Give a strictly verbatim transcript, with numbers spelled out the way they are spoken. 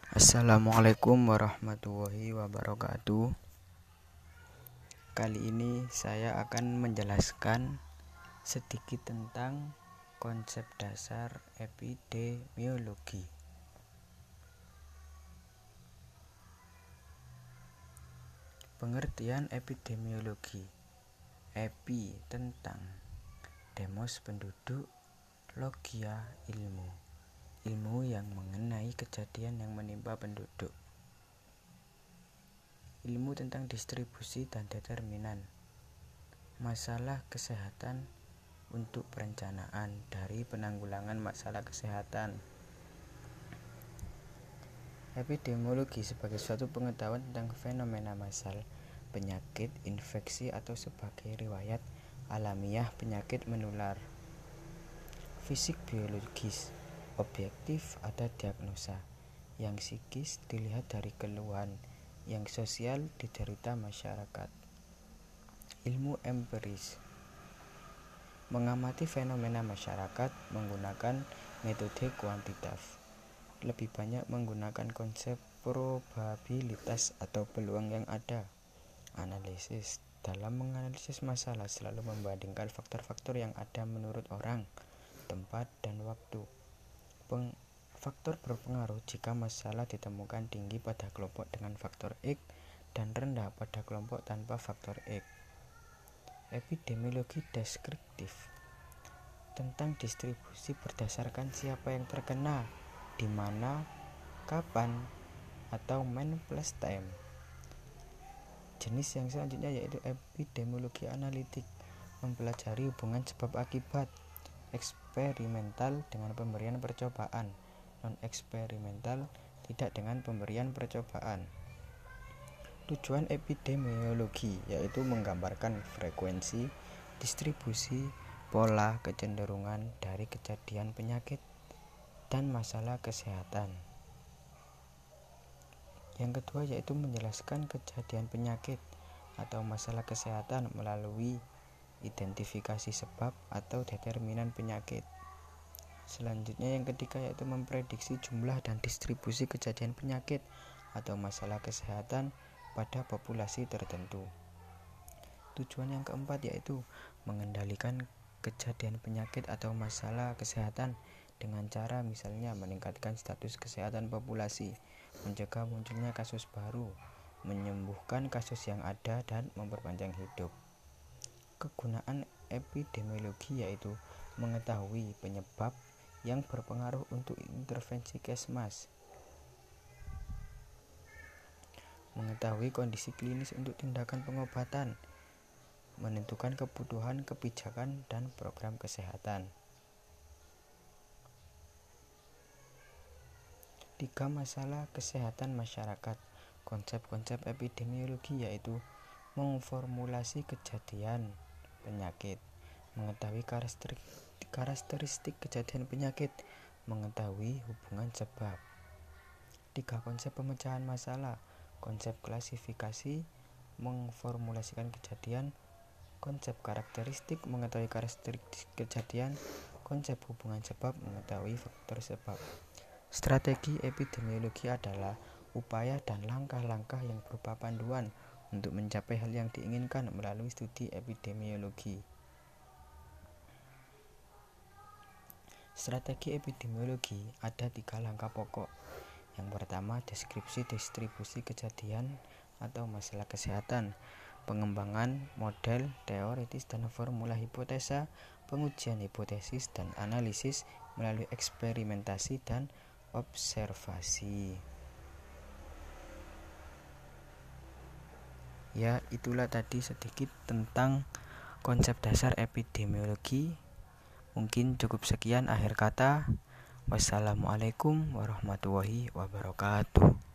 Assalamualaikum warahmatullahi wabarakatuh. Kali ini saya akan menjelaskan sedikit tentang konsep dasar epidemiologi. Pengertian epidemiologi. Epi tentang, demos penduduk, logia ilmu. Ilmu yang mengenai kejadian yang menimpa penduduk. Ilmu tentang distribusi dan determinan. Masalah kesehatan untuk perencanaan dari penanggulangan masalah kesehatan. Epidemiologi sebagai suatu pengetahuan tentang fenomena massal, penyakit, infeksi atau sebagai riwayat alamiah penyakit menular. Fisik biologis, objektif ada diagnosa, yang psikis dilihat dari keluhan, yang sosial diderita masyarakat. Ilmu empiris, mengamati fenomena masyarakat menggunakan metode kuantitatif, lebih banyak menggunakan konsep probabilitas atau peluang yang ada. Analisis, dalam menganalisis masalah selalu membandingkan faktor-faktor yang ada menurut orang, tempat, dan waktu. Peng- faktor berpengaruh jika masalah ditemukan tinggi pada kelompok dengan faktor X dan rendah pada kelompok tanpa faktor X. Epidemiologi deskriptif, tentang distribusi berdasarkan siapa yang terkena, di mana, kapan, atau man plus time. Jenis yang selanjutnya yaitu epidemiologi analitik, mempelajari hubungan sebab akibat. Eksperimental dengan pemberian percobaan, non-eksperimental tidak dengan pemberian percobaan. Tujuan epidemiologi yaitu menggambarkan frekuensi, distribusi, pola, kecenderungan dari kejadian penyakit dan masalah kesehatan. Yang kedua yaitu menjelaskan kejadian penyakit atau masalah kesehatan melalui identifikasi sebab atau determinan penyakit. Selanjutnya yang ketiga yaitu memprediksi jumlah dan distribusi kejadian penyakit atau masalah kesehatan pada populasi tertentu. Tujuan yang keempat yaitu mengendalikan kejadian penyakit atau masalah kesehatan dengan cara misalnya meningkatkan status kesehatan populasi, mencegah munculnya kasus baru, menyembuhkan kasus yang ada, dan memperpanjang hidup. Kegunaan epidemiologi yaitu mengetahui penyebab yang berpengaruh untuk intervensi kesmas, mengetahui kondisi klinis untuk tindakan pengobatan, menentukan kebutuhan kebijakan dan program kesehatan. Tiga masalah kesehatan masyarakat. Konsep-konsep epidemiologi yaitu memformulasi kejadian penyakit, mengetahui karakteristik, karakteristik kejadian penyakit, mengetahui hubungan sebab. Tiga konsep pemecahan masalah. Konsep klasifikasi, memformulasikan kejadian. Konsep karakteristik, mengetahui karakteristik kejadian. Konsep hubungan sebab, mengetahui faktor sebab. Strategi epidemiologi adalah upaya dan langkah-langkah yang berupa panduan untuk mencapai hal yang diinginkan melalui studi epidemiologi. Strategi epidemiologi ada tiga langkah pokok. Yang pertama, deskripsi distribusi kejadian atau masalah kesehatan, pengembangan model teoritis dan formula hipotesa, pengujian hipotesis dan analisis melalui eksperimentasi dan observasi. Ya, itulah tadi sedikit tentang konsep dasar epidemiologi. Mungkin cukup sekian akhir kata. Wassalamualaikum warahmatullahi wabarakatuh.